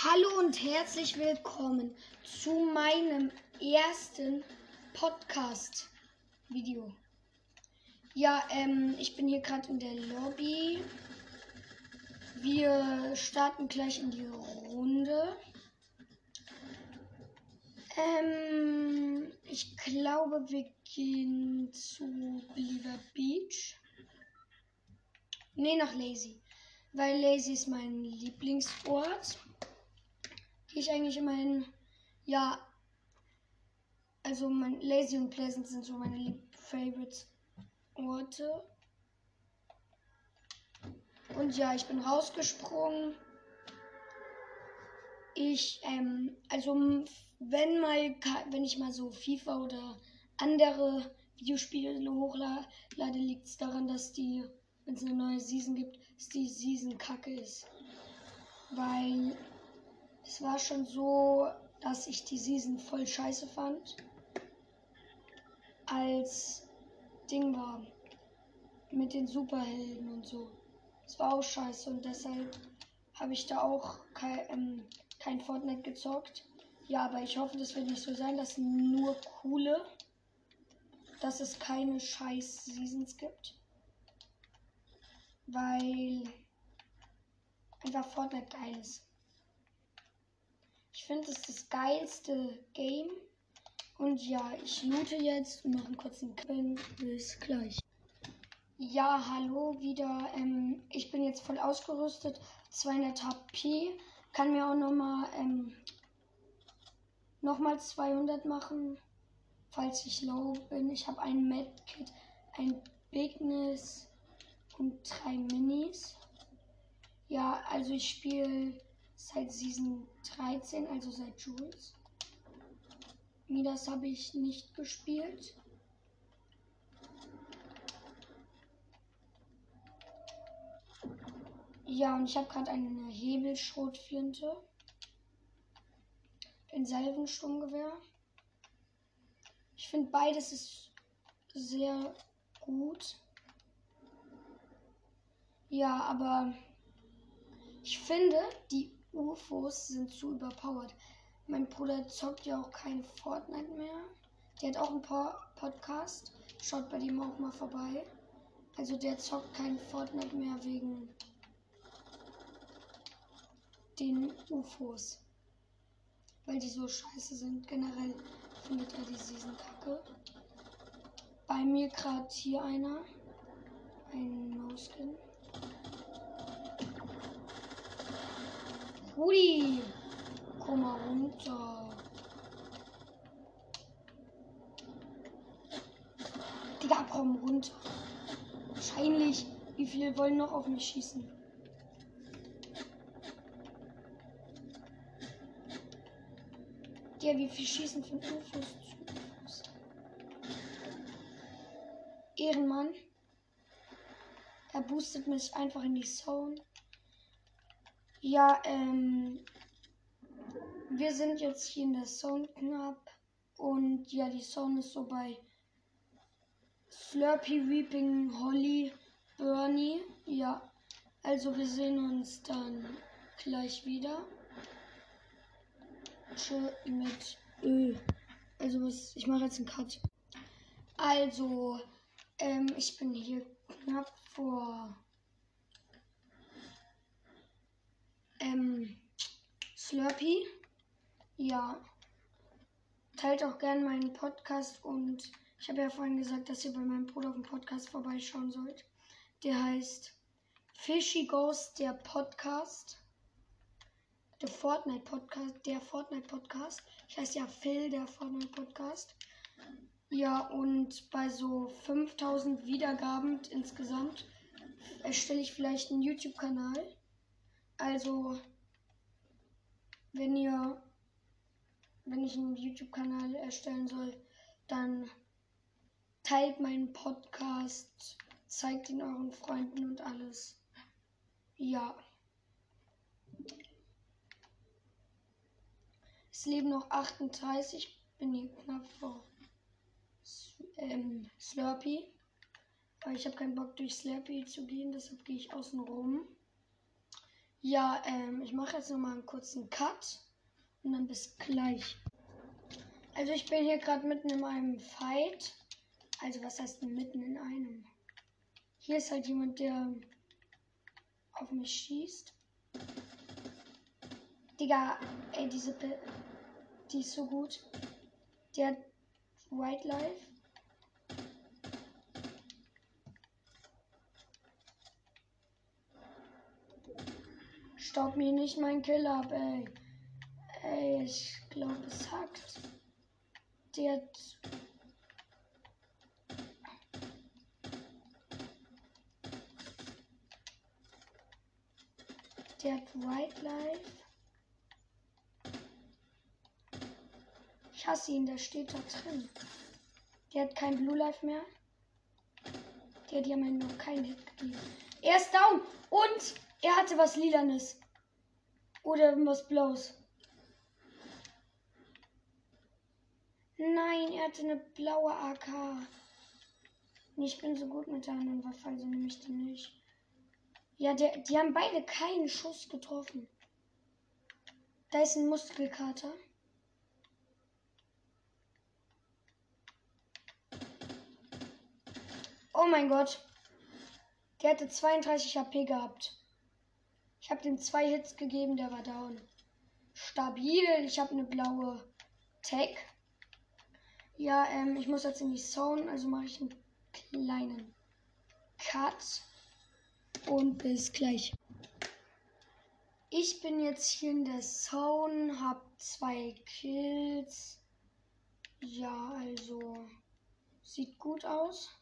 Hallo und herzlich willkommen zu meinem ersten Podcast-Video. Ja, ich bin hier gerade in der Lobby. Wir starten gleich in die Runde. Ich glaube, wir gehen zu Believer Beach. Ne, nach Lazy. Weil Lazy ist mein Lieblingsort. Gehe ich eigentlich immer hin. Ja, also mein Lazy und Pleasant sind so meine Favorite-Orte. Und ja, ich bin rausgesprungen. Wenn ich mal so FIFA oder andere Videospiele hochlade, liegt es daran, dass wenn es eine neue Season gibt, dass die Season kacke ist. Weil es war schon so, dass ich die Season voll scheiße fand. Als Ding war mit den Superhelden und so. Es war auch scheiße und deshalb habe ich da auch kein Fortnite gezockt. Ja, aber ich hoffe, das wird nicht so sein, dass es keine scheiß Seasons gibt. Weil einfach Fortnite geil ist. Ich finde, es ist das geilste Game. Und ja, ich loote jetzt und mache einen kurzen Quill. Bis gleich. Ja, hallo wieder. Ich bin jetzt voll ausgerüstet. 200 HP. Kann mir auch nochmal 200 machen, falls ich low bin. Ich habe ein Medkit, ein Bigness und 3 Minis. Ja, also ich spiele seit Season 13, also seit Jules. Midas habe ich nicht gespielt. Ja, und ich habe gerade eine Hebelschrotflinte. Ein Salvensturmgewehr. Ich finde beides ist sehr gut. Ja, aber ich finde, die UFOs sind zu überpowered. Mein Bruder zockt ja auch kein Fortnite mehr. Der hat auch einen Podcast. Schaut bei dem auch mal vorbei. Also der zockt kein Fortnite mehr wegen den UFOs. Weil die so scheiße sind. Generell findet er die Season kacke. Bei mir gerade hier einer. Ein No-Skin. Hui! Komm mal runter. Digga, komm runter. Wahrscheinlich. Wie viele wollen noch auf mich schießen? Ja, wie viel schießen von UFOs zu UFOs? Ehrenmann. Er boostet mich einfach in die Zone. Ja, wir sind jetzt hier in der Zone knapp. Und ja, die Zone ist so bei Slurpy, Weeping, Holly, Bernie. Ja, also wir sehen uns dann gleich wieder. Mit Ö. Also ich mache jetzt einen Cut. Also, ich bin hier knapp vor Slurpy. Ja. Teilt auch gerne meinen Podcast und ich habe ja vorhin gesagt, dass ihr bei meinem Bruder auf dem Podcast vorbeischauen sollt. Der heißt Fishy Ghost, der Podcast. Der Fortnite Podcast. Ich heiße ja Phil, der Fortnite Podcast. Ja, und bei so 5000 Wiedergaben insgesamt erstelle ich vielleicht einen YouTube-Kanal. Also, wenn ich einen YouTube-Kanal erstellen soll, dann teilt meinen Podcast, zeigt ihn euren Freunden und alles. Ja. Es leben noch 38, bin hier knapp vor Slurpy. Aber ich habe keinen Bock durch Slurpy zu gehen, deshalb gehe ich außen rum. Ja, ich mache jetzt nochmal einen kurzen Cut und dann bis gleich. Also ich bin hier gerade mitten in einem Fight. Also was heißt mitten in einem? Hier ist halt jemand, der auf mich schießt. Digga, ey, die ist so gut. Der hat Wildlife. Staub mir nicht mein Kill ab, ey. Ey, ich glaube, es hackt. Der hat... Der hat Wildlife. Ich hasse ihn, der steht da drin. Der hat kein Blue Life mehr. Der hat ja mir noch keinen Hit gegeben. Er ist down und er hatte was Lilanes. Oder was Blaues. Nein, er hatte eine blaue AK. Ich bin so gut mit der anderen Waffe, also nehme ich die nicht. Ja, die haben beide keinen Schuss getroffen. Da ist ein Muskelkater. Oh mein Gott. Der hatte 32 HP gehabt. Ich habe dem 2 Hits gegeben, der war down. Stabil, ich habe eine blaue Tag. Ja, ich muss jetzt in die Zone, also mache ich einen kleinen Cut. Und bis gleich. Ich bin jetzt hier in der Zone, habe 2 Kills. Ja, also sieht gut aus.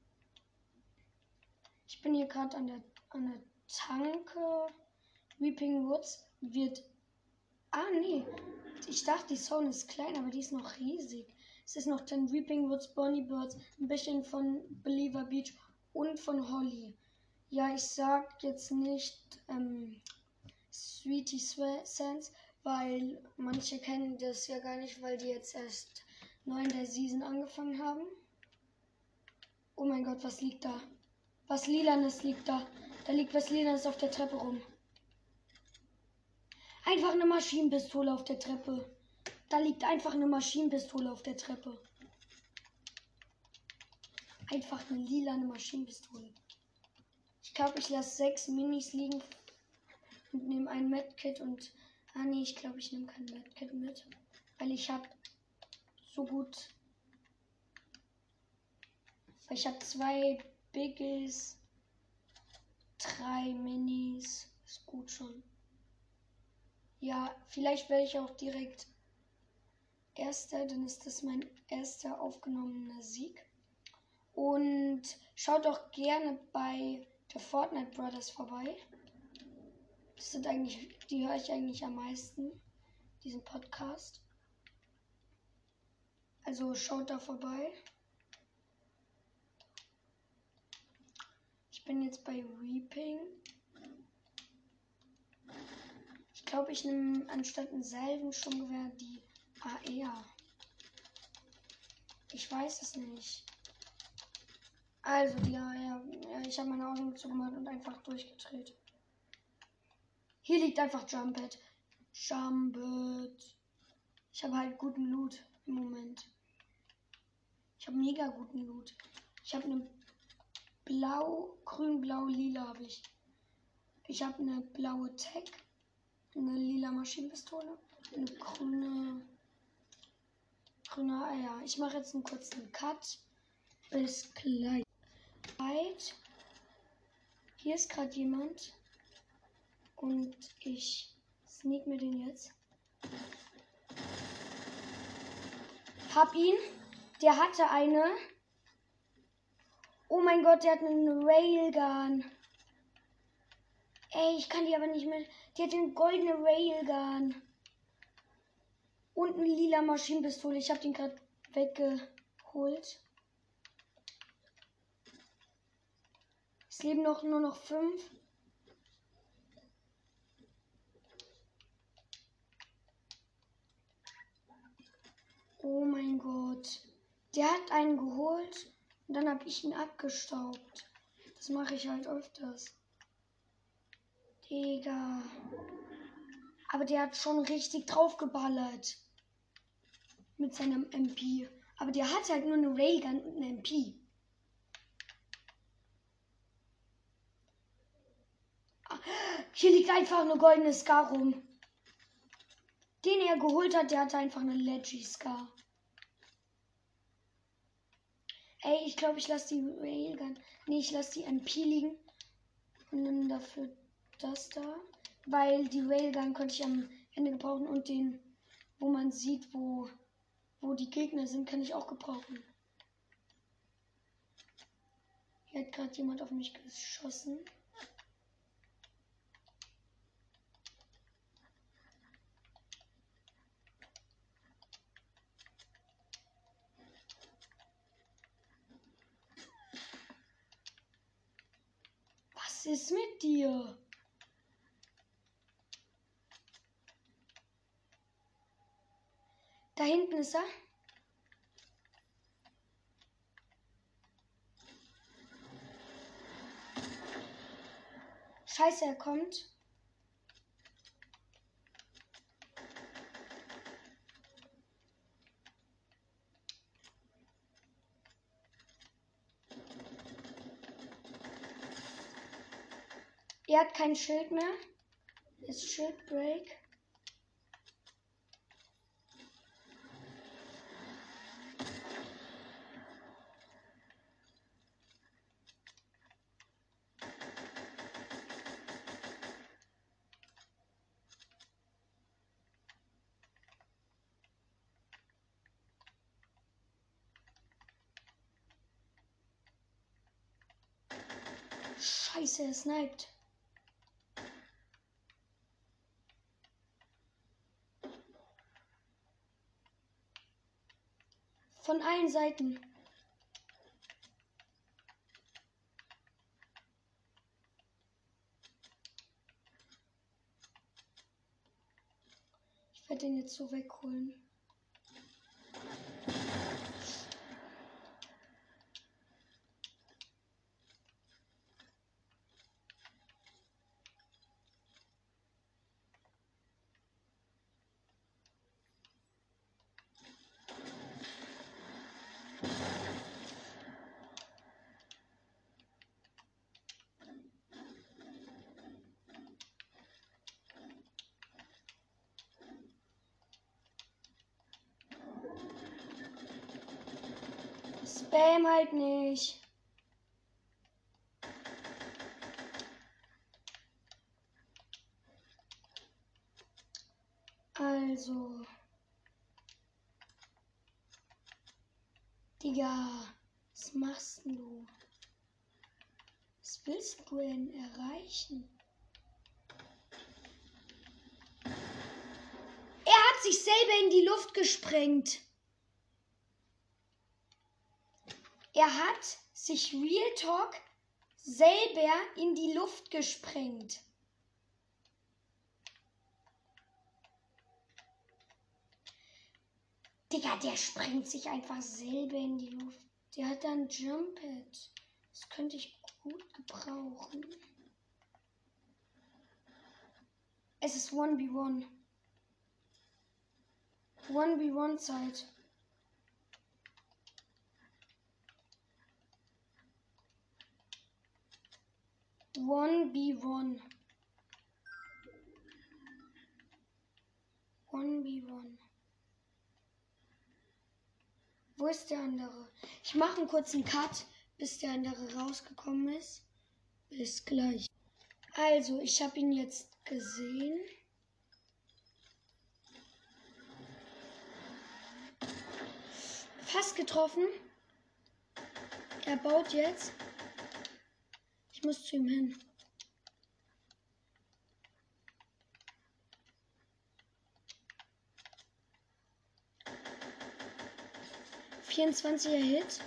Ich bin hier gerade an der Tanke. Weeping Woods wird... Ah, nee. Ich dachte, die Zone ist klein, aber die ist noch riesig. Es ist noch dann Weeping Woods, Bonnie Birds, ein bisschen von Believer Beach und von Holly. Ja, ich sag jetzt nicht Sweetie Sands, weil manche kennen das ja gar nicht, weil die jetzt erst neu in der Season angefangen haben. Oh mein Gott, was liegt da? Was Lilanes liegt da. Da liegt was Lilanes auf der Treppe rum. Einfach eine Maschinenpistole auf der Treppe. Da liegt einfach eine Maschinenpistole auf der Treppe. Einfach eine lilane Maschinenpistole. Ich glaube, ich lasse 6 Minis liegen und nehme ein Medkit und... Ah nee, ich glaube, ich nehme kein Medkit mit. Weil ich habe so gut... Weil ich habe 2 Biggies, 3 Minis. Ist gut schon. Ja, vielleicht werde ich auch direkt Erster, dann ist das mein erster aufgenommener Sieg. Und schaut auch gerne bei der Fortnite Brothers vorbei. Das sind eigentlich, die höre ich eigentlich am meisten, diesen Podcast. Also schaut da vorbei. Ich bin jetzt bei Weeping. Ich glaube, ich nehme anstatt ein Salvensturmgewehr die AR. Ich weiß es nicht. Also die AR. Ja, ich habe meine Augen zugemacht und einfach durchgedreht. Hier liegt einfach Jumpet. Jumpet. Ich habe halt guten Loot im Moment. Ich habe mega guten Loot. Ich habe eine grün, blau, lila habe ich. Ich habe eine blaue Tag, eine lila Maschinenpistole, eine grüne Eier. Ich mache jetzt einen kurzen Cut. Bis gleich. Hier ist gerade jemand und ich sneak mir den jetzt. Hab ihn. Der hatte eine. Oh mein Gott, der hat eine Railgun. Ey, ich kann die aber nicht mehr. Die hat eine goldene Railgun. Und eine lila Maschinenpistole. Ich habe den gerade weggeholt. Es leben nur noch 5. Oh mein Gott. Der hat einen geholt und dann habe ich ihn abgestaubt. Das mache ich halt öfters. Digga. Aber der hat schon richtig draufgeballert. Mit seinem MP. Aber der hat halt nur eine Railgun und eine MP. Hier liegt einfach eine goldene Scar rum. Den er geholt hat, der hatte einfach eine Leggy Scar. Ey, ich glaube, ich lasse die Railgun. Nee, ich lasse die MP liegen. Und nehme dafür das da. Weil die Railgun könnte ich am Ende gebrauchen. Und den, wo man sieht, wo die Gegner sind, kann ich auch gebrauchen. Hier hat gerade jemand auf mich geschossen. Was ist mit dir? Da hinten ist er. Scheiße, er kommt. Er hat kein Schild mehr. Ist Schildbreak. Scheiße, er sniped. Von allen Seiten. Ich werde den jetzt so wegholen. Spam halt nicht. Also. Digga, was machst du? Was willst du denn erreichen? Er hat sich selber in die Luft gesprengt. Er hat sich Real Talk selber in die Luft gesprengt. Digga, der sprengt sich einfach selber in die Luft. Der hat dann Jump-Pad. Das könnte ich gut gebrauchen. Es ist 1v1. 1v1 Zeit. One v one. 1v1. Wo ist der andere? Ich mache einen kurzen Cut, bis der andere rausgekommen ist. Bis gleich. Also, ich habe ihn jetzt gesehen. Fast getroffen. Er baut jetzt. Ich muss zu ihm hin. Er Hit.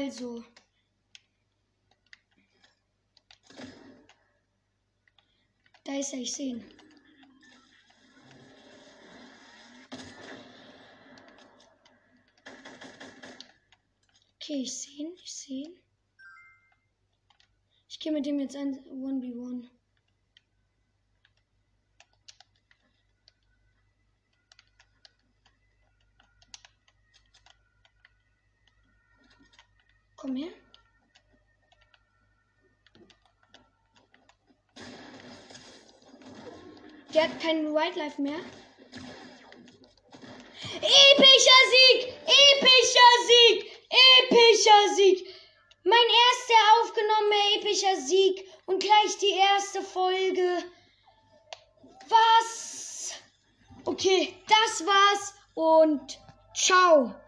Also. Da ist er, ich sehe ihn. Okay, ich sehe ihn, ich sehe ihn. Ich gehe mit dem jetzt ein 1v1. Komm her. Der hat keinen Wildlife mehr. Epischer Sieg! Epischer Sieg! Epischer Sieg! Mein erster aufgenommener epischer Sieg und gleich die erste Folge. Was? Okay, das war's und ciao.